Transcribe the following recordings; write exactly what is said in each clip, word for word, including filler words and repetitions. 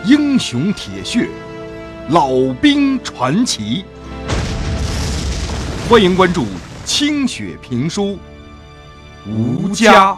英雄铁血，老兵传奇。欢迎关注清雪评书《吴家》。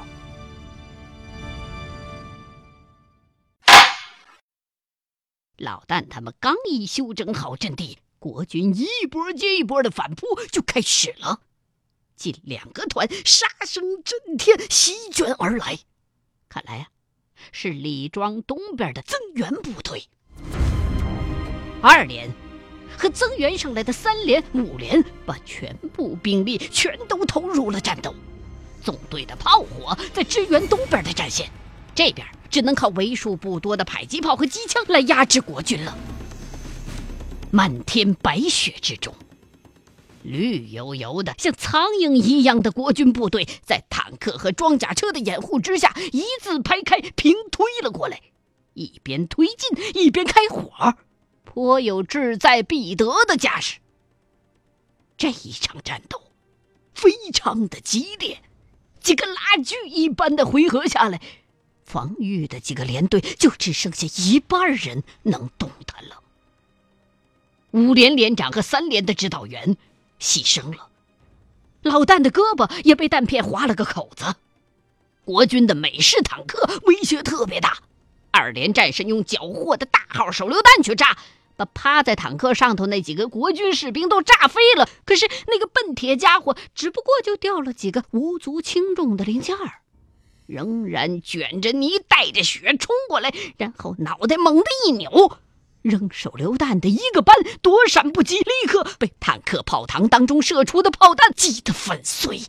老旦他们刚一修整好阵地，国军一波接一波的反扑就开始了。近两个团杀声震天，席卷而来。看来啊，是李庄东边的增援部队。二连和增援上来的三连、五连把全部兵力全都投入了战斗。纵队的炮火在支援东边的战线，这边只能靠为数不多的迫击炮和机枪来压制国军了。漫天白雪之中，绿油油的像苍蝇一样的国军部队在坦克和装甲车的掩护之下一字排开，平推了过来，一边推进一边开火，颇有志在必得的架势。这一场战斗非常的激烈，几个拉锯一般的回合下来，防御的几个连队就只剩下一半人能动弹了。五连连长和三连的指导员牺牲了，老旦的胳膊也被弹片划了个口子。国军的美式坦克威胁特别大，二连战士用缴获的大号手榴弹去炸，把趴在坦克上头那几个国军士兵都炸飞了。可是那个笨铁家伙只不过就掉了几个无足轻重的零件儿，仍然卷着泥带着血冲过来，然后脑袋猛地一扭，扔手榴弹的一个班躲闪不及，立刻被坦克炮膛当中射出的炮弹击得粉碎。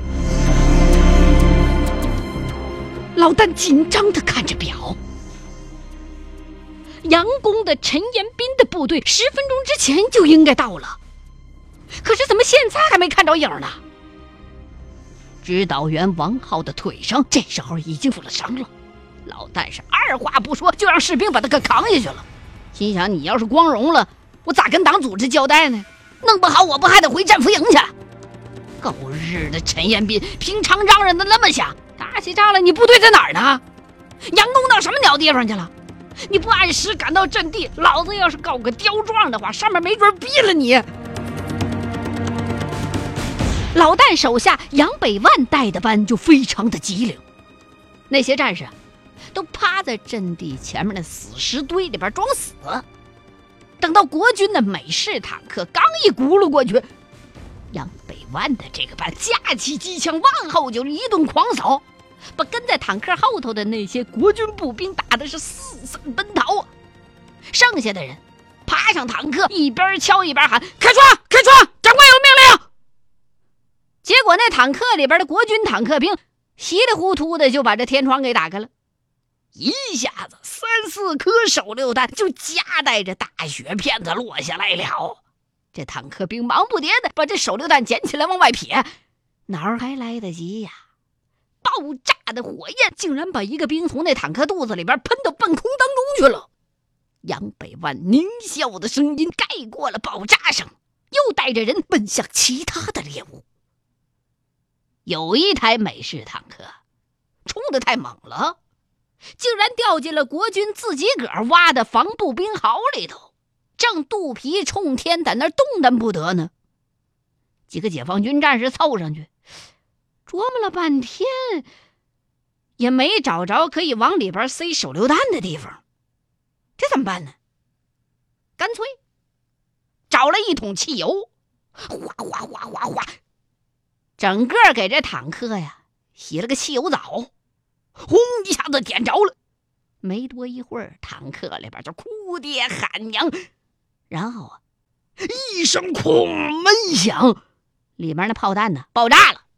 老旦紧张地看着表，杨公的陈延斌的部队十分钟之前就应该到了，可是怎么现在还没看着影呢？指导员王浩的腿上这时候已经负了伤了，老旦是二话不说就让士兵把他给扛下去了。心想，你要是光荣了，我咋跟党组织交代呢？弄不好我不还得回战俘营去？狗日的陈延斌，平常嚷嚷的那么响，打起仗来你部队在哪儿呢？杨公到什么鸟地方去了？你不按时赶到阵地，老子要是搞个刁状的话，上面没准毙了你。老旦手下杨百万带的班就非常的机灵，那些战士都趴在阵地前面的死尸堆里边装死。等到国军的美式坦克刚一轱辘过去，杨百万的这个班架起机枪往后就一顿狂扫，把跟在坦克后头的那些国军步兵打的是四散奔逃。剩下的人爬上坦克，一边敲一边喊：开窗开窗，长官有命令。结果那坦克里边的国军坦克兵稀里糊涂的就把这天窗给打开了，一下子三四颗手榴弹就夹带着大雪片子落下来了。这坦克兵忙不迭的把这手榴弹捡起来往外撇，哪儿还来得及呀？爆炸的火焰竟然把一个兵从那坦克肚子里边喷到半空当中去了。杨百万狞笑的声音盖过了爆炸声，又带着人奔向其他的猎物。有一台美式坦克冲得太猛了，竟然掉进了国军自己个儿挖的防步兵壕里头，正肚皮冲天在那儿动弹不得呢。几个解放军战士凑上去琢磨了半天，也没找着可以往里边塞手榴弹的地方，这怎么办呢？干脆找了一桶汽油，哗哗哗哗哗，整个给这坦克呀洗了个汽油澡，轰一下子点着了。没多一会儿，坦克里边就哭爹喊娘，然后啊一声哐闷响，里面的炮弹呢爆炸了。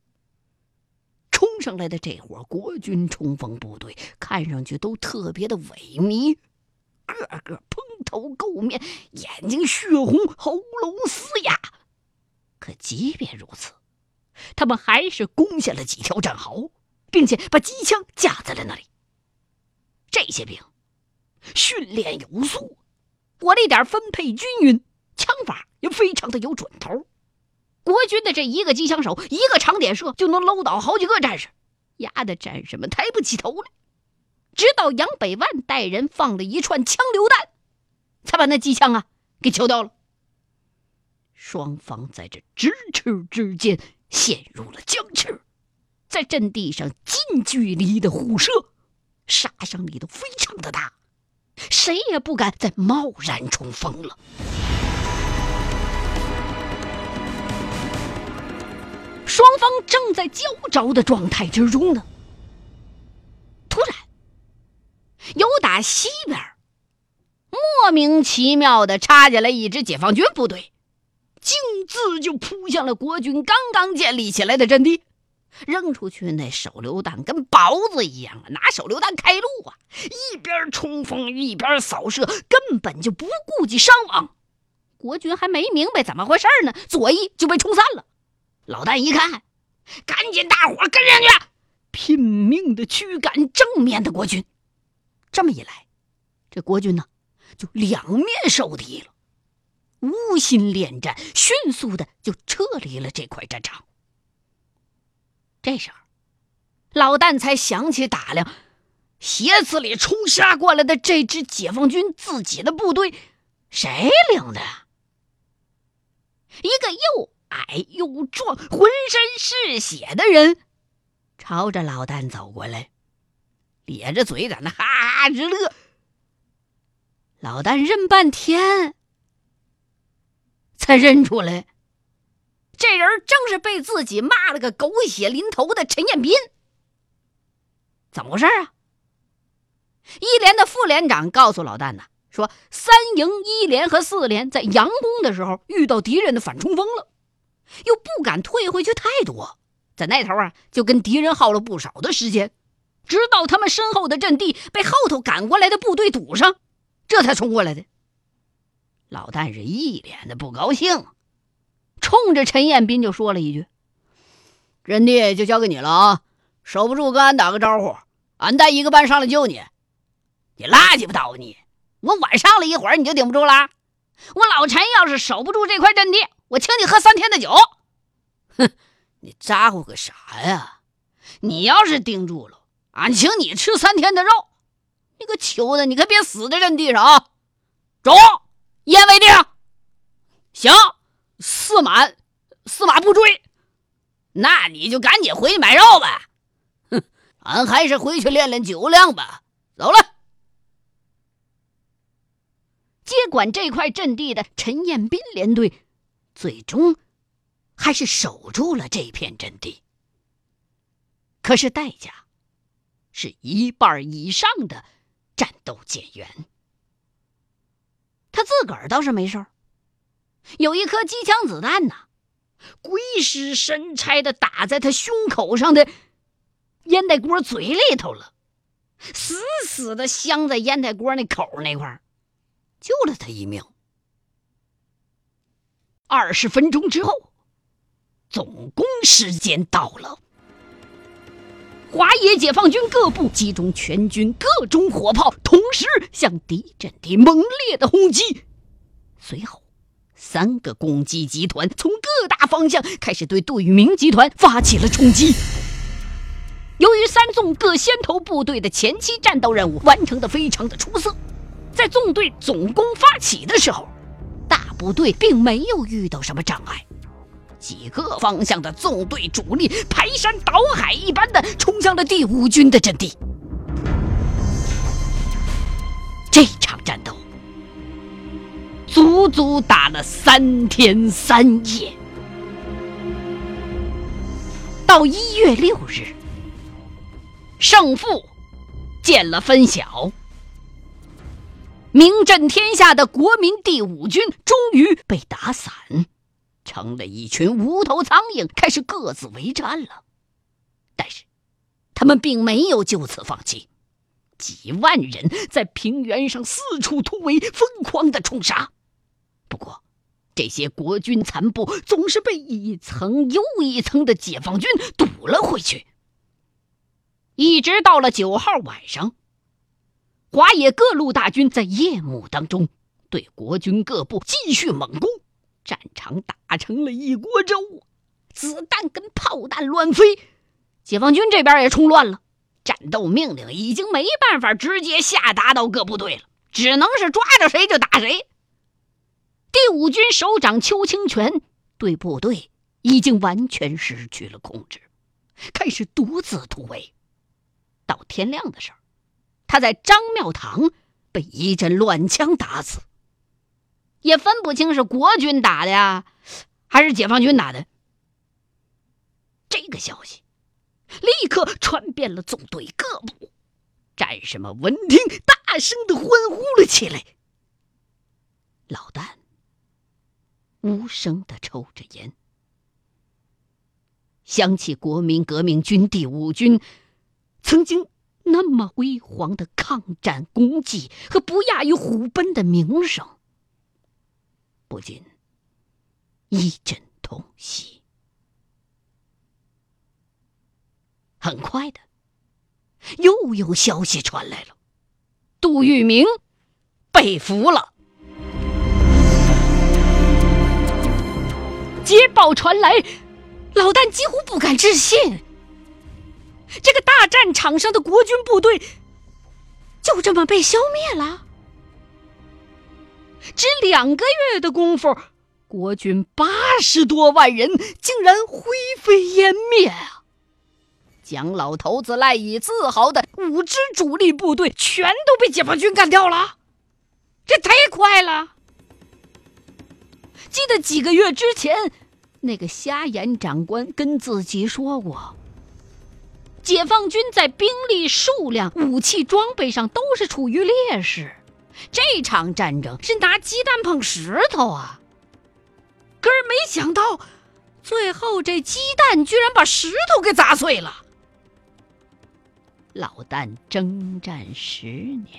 冲上来的这伙国军冲锋部队看上去都特别的萎靡，个个蓬头垢面，眼睛血红，喉咙嘶哑。可即便如此，他们还是攻下了几条战壕，并且把机枪架在了那里。这些兵训练有素，火力点分配均匀，枪法也非常的有准头。国军的这一个机枪手，一个长点射就能搂倒好几个战士，压得战士们抬不起头来。 直到杨百万带人放了一串枪榴弹，才把那机枪啊给敲掉了。双方在这咫尺之间陷入了僵持，在阵地上近距离的互射，杀伤力都非常的大，谁也不敢再贸然冲锋了。双方正在交着的状态之中呢，突然由打西边莫名其妙的插进来一支解放军部队，径自就扑向了国军刚刚建立起来的阵地，扔出去那手榴弹跟雹子一样，拿手榴弹开路啊，一边冲锋一边扫射，根本就不顾及伤亡。国军还没明白怎么回事呢，左翼就被冲散了。老旦一看，赶紧大伙跟上去，拼命的驱赶正面的国军。这么一来，这国军呢就两面受敌了，无心恋战，迅速的就撤离了这块战场。这时候老旦才想起打量斜刺里冲杀过来的这支解放军自己的部队谁领的？一个又矮又壮浑身是血的人朝着老旦走过来，咧着嘴在那哈哈直乐。老旦认半天才认出来，这人正是被自己骂了个狗血淋头的陈彦斌。怎么回事啊？一连的副连长告诉老旦呢，说三营一连和四连在佯攻的时候遇到敌人的反冲锋了，又不敢退回去太多，在那头啊就跟敌人耗了不少的时间，直到他们身后的阵地被后头赶过来的部队堵上，这才冲过来的。老旦是一脸的不高兴，冲着陈彦斌就说了一句：阵地就交给你了啊，守不住跟俺打个招呼，俺带一个班上来救你。你拉鸡巴倒你，我晚上了一会儿你就顶不住了。我老陈要是守不住这块阵地，我请你喝三天的酒。哼，你咋呼个啥呀？你要是顶住了，俺请你吃三天的肉。你个球的，你可别死在阵地上啊！中，烟为定。行，四满，四马不追。那你就赶紧回去买肉吧。哼，俺还是回去练练酒量吧。走了。接管这块阵地的陈彦斌连队最终还是守住了这片阵地，可是代价是一半以上的战斗减员。他自个儿倒是没事儿，有一颗机枪子弹呐，鬼使神差的打在他胸口上的烟袋锅嘴里头了，死死的镶在烟袋锅那口那块，救了他一命。二十分钟之后，总攻时间到了。华野解放军各部集中全军各种火炮，同时向敌阵地猛烈的轰击。随后三个攻击集团从各大方向开始对杜聿明集团发起了冲击。由于三纵各先头部队的前期战斗任务完成的非常的出色，在纵队总攻发起的时候，大部队并没有遇到什么障碍，几个方向的纵队主力排山倒海一般的冲向了第五军的阵地。这场战斗足足打了三天三夜。到一月六日，胜负见了分晓，名震天下的国民第五军终于被打散，成了一群无头苍蝇，开始各自为战了。但是他们并没有就此放弃，几万人在平原上四处突围，疯狂的冲杀。不过这些国军残部总是被一层又一层的解放军堵了回去。一直到了九号晚上，华野各路大军在夜幕当中对国军各部继续猛攻，战场打成了一锅粥，子弹跟炮弹乱飞。解放军这边也冲乱了， 战斗命令已经没办法直接下达到各部队了，只能是抓着谁就打谁。第五军首长邱清泉对部队已经完全失去了控制，开始独自突围。到天亮的时候，他在张庙堂被一阵乱枪打死，也分不清是国军打的呀，还是解放军打的。这个消息立刻传遍了纵队各部，战士们闻听，大声地欢呼了起来。老旦无声地抽着烟，想起国民革命军第五军曾经那么辉煌的抗战功绩和不亚于虎贲的名声，不禁一阵痛惜。很快的，又有消息传来了，杜聿明被俘了。捷报传来，老旦几乎不敢置信，这个大战场上的国军部队就这么被消灭了。只两个月的功夫，国军八十多万人竟然灰飞烟灭啊！蒋老头子赖以自豪的五支主力部队全都被解放军干掉了，这太快了！记得几个月之前，那个瞎眼长官跟自己说过，解放军在兵力数量、武器装备上都是处于劣势，这场战争是拿鸡蛋碰石头啊！可是没想到，最后这鸡蛋居然把石头给砸碎了。老旦征战十年，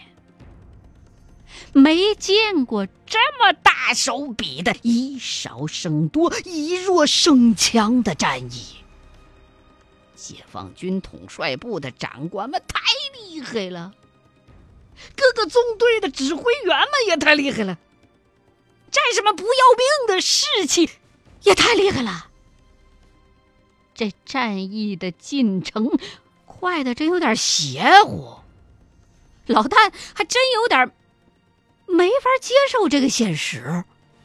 没见过这么大手笔的以少胜多、以弱胜强的战役。解放军统帅部的长官们太厉害了，各个纵队的指挥员们也太厉害了，战士们不要命的士气也太厉害了。这战役的进程快的真有点邪乎，老旦还真有点没法接受这个现实。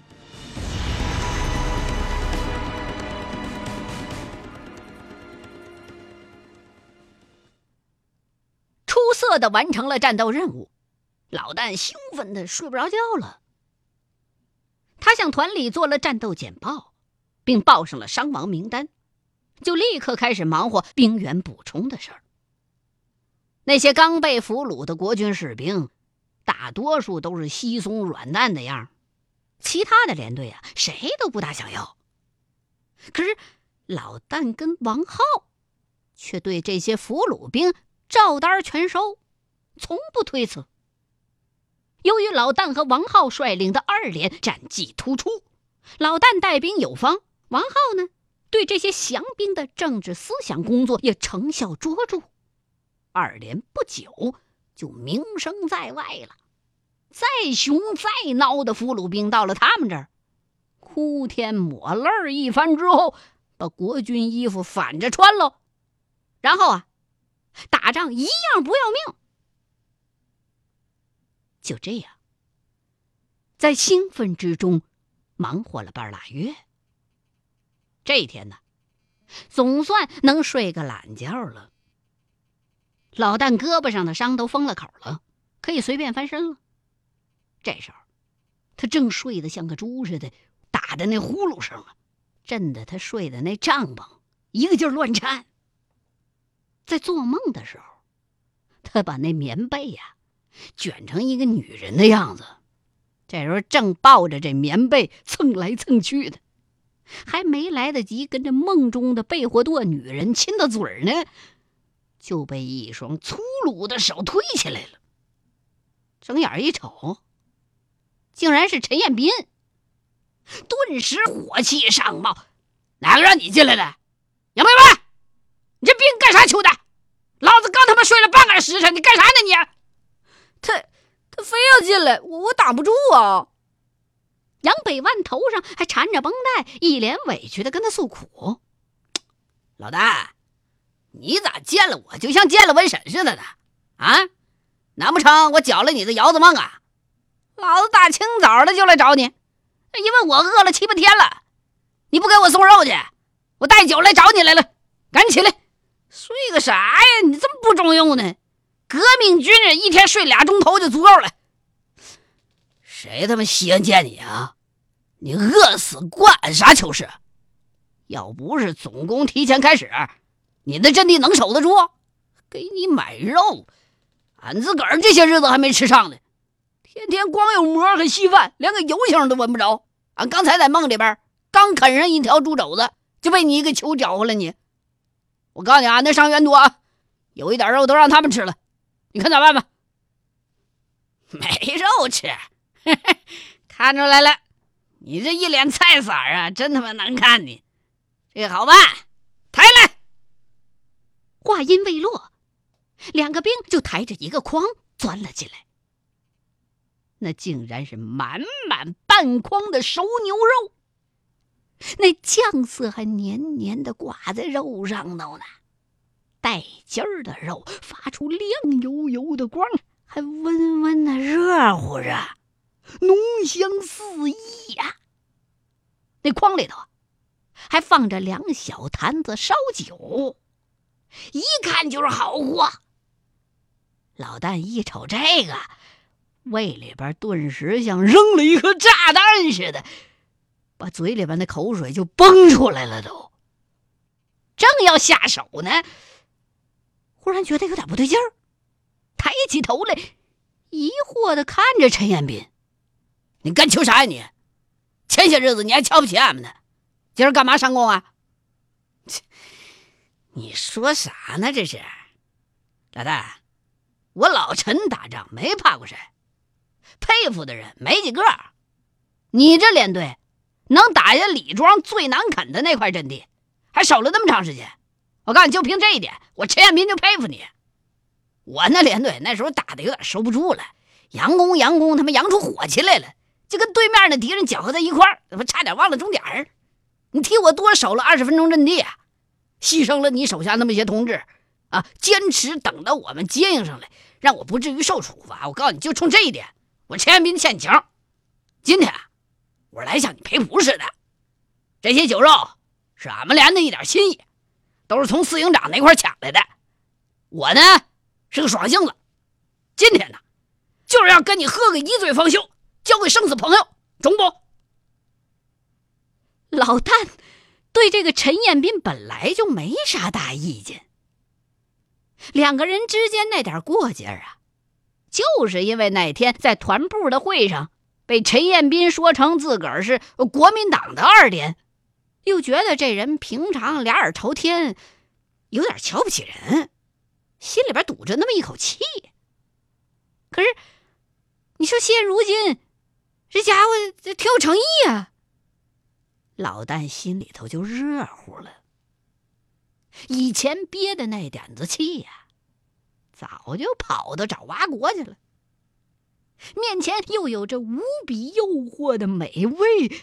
出色的完成了战斗任务，老旦兴奋的睡不着觉了。他向团里做了战斗简报，并报上了伤亡名单，就立刻开始忙活兵员补充的事儿。那些刚被俘虏的国军士兵，大多数都是稀松软烂的样，其他的连队啊，谁都不大想要。可是老旦跟王浩却对这些俘虏兵照单全收，从不推辞。由于老旦和王浩率领的二连战绩突出，老旦带兵有方，王浩呢，对这些降兵的政治思想工作也成效卓著。二连不久就名声在外了，再凶再孬的俘虏兵到了他们这儿，哭天抹泪一番之后，把国军衣服反着穿喽，然后啊，打仗一样不要命。就这样，在兴奋之中忙活了半拉月。这一天呢，总算能睡个懒觉了。老旦胳膊上的伤都封了口了，可以随便翻身了。这时候他正睡得像个猪似的，打的那呼噜声啊，震得他睡的那帐篷一个劲儿乱颤。在做梦的时候，他把那棉被呀、啊、卷成一个女人的样子，这时候正抱着这棉被蹭来蹭去的，还没来得及跟这梦中的贝活舵女人亲到嘴儿呢，就被一双粗鲁的手推起来了。睁眼一瞅，竟然是陈彦斌，顿时火气上冒：“哪个让你进来的？杨梅文，你这兵干啥求的？老子刚他妈睡了半个时辰，你干啥呢你？” 他他非要进来，我我挡不住啊！ 杨北万头上还缠着绷带，一脸委屈的跟他诉苦：“ 老大， 你咋见了我就像见了瘟神似的呢？啊，难不成我搅了你的窑子梦啊？老子大清早的就来找你，因为我饿了七八天了，你不给我送肉去，我带酒来找你来了，赶紧起来，睡个啥呀？你这么不中用呢？革命军人一天睡俩钟头就足够了。谁他妈稀罕见你啊？你饿死关啥糗事？要不是总攻提前开始，你的阵地能守得住？给你买肉，俺自个儿这些日子还没吃上呢，天天光有馍和稀饭，连个油腥都闻不着。俺刚才在梦里边刚啃上一条猪肘子，就被你一个球搅和了你。我告诉你啊，那伤员多啊，有一点肉都让他们吃了，你看咋办吧？没肉吃，呵呵，看出来了，你这一脸菜色啊，真他妈难看你。这个好办，抬来。 话音未落，两个兵就抬着一个筐钻了进来，那竟然是满满半筐的熟牛肉，那酱色还黏黏的挂在肉上头呢，带筋儿的肉发出亮油油的光，还温温的热乎着，浓香四溢呀、啊。那筐里头还放着两小坛子烧酒，一看就是好货。老旦一瞅这个，胃里边顿时像扔了一颗炸弹似的，把嘴里边的口水就崩出来了都。正要下手呢，忽然觉得有点不对劲儿，抬起头来，疑惑地看着陈彦斌：“ 你干求啥呀你？前些日子你还瞧不起俺们呢，今儿干嘛上供啊？”你说啥呢？这是老大，我老陈打仗没怕过谁，佩服的人没几个。你这连队能打下李庄最难啃的那块阵地，还守了那么长时间，我告诉你，就凭这一点，我陈彦斌就佩服你。我那连队那时候打的有点收不住了，佯攻佯攻，他妈佯出火气来了，就跟对面的敌人搅和在一块儿，他妈差点忘了终点儿。你替我多守了二十分钟阵地啊，牺牲了你手下那么些同志啊，坚持等到我们接应上来，让我不至于受处罚。我告诉你，就冲这一点，我陈彦斌欠情。今天啊，我来向你赔不是的。这些酒肉是俺们连的一点心意，都是从四营长那块抢来的。我呢是个爽性子，今天呢就是要跟你喝个一醉方休，交个生死朋友，中不？ 老旦对这个陈彦斌本来就没啥大意见，两个人之间那点过节啊，就是因为那天在团部的会上被陈彦斌说成自个儿是国民党的二连，又觉得这人平常俩耳朝天，有点瞧不起人，心里边堵着那么一口气。可是你说现如今这家伙挺有诚意啊，老旦心里头就热乎了。以前憋的那点子气呀、啊，早就跑到找挖国去了。面前又有着无比诱惑的美味，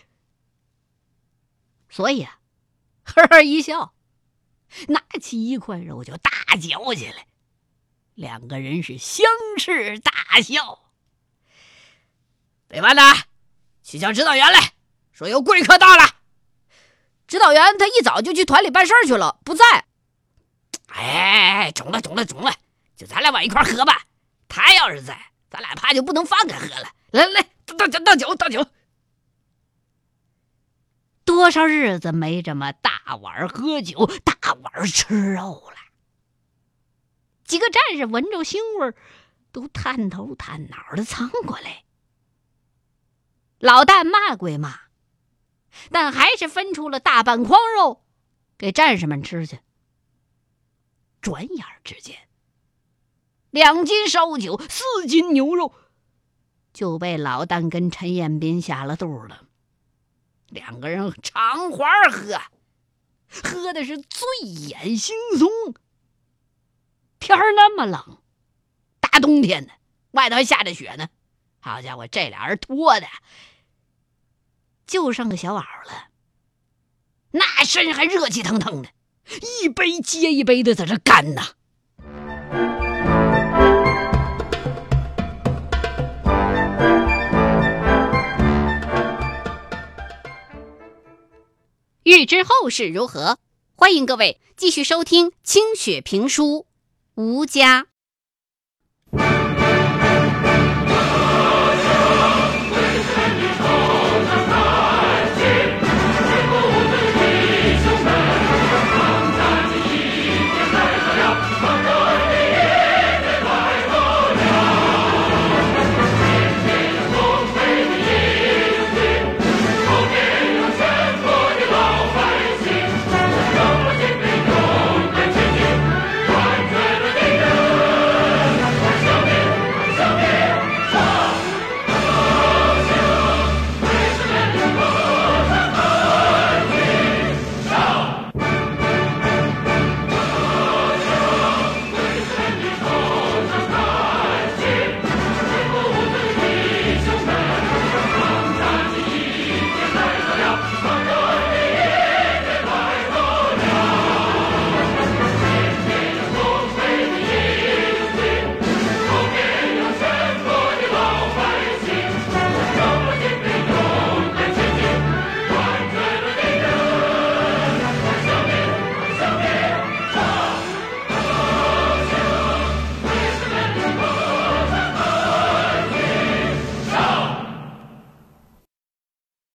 所以啊，呵呵一笑，拿起一块肉就大嚼起来。两个人是相视大笑。 北湾的，去叫指导员来，说有贵客到了。指导员他一早就去团里办事去了，不在。哎，中了中了中了，就咱俩往一块喝吧。他要是在，咱俩怕就不能放开喝了。来来，倒酒倒酒倒酒。 多少日子没这么大碗喝酒，大碗吃肉了。几个战士闻着腥味，都探头探脑的蹭过来。老旦骂归骂，但还是分出了大半筐肉给战士们吃去。转眼之间，两斤烧酒，四斤牛肉就被老旦跟陈彦斌下了肚了。两个人长环喝，喝的是醉眼惺忪。天儿那么冷，大冬天的，外头还下着雪呢。好家伙，这俩人脱的就剩个小袄了，那身还热气腾腾的， 一杯接一杯的在这干呐。 欲知后事如何，欢迎各位继续收听清雪评书《吴家》。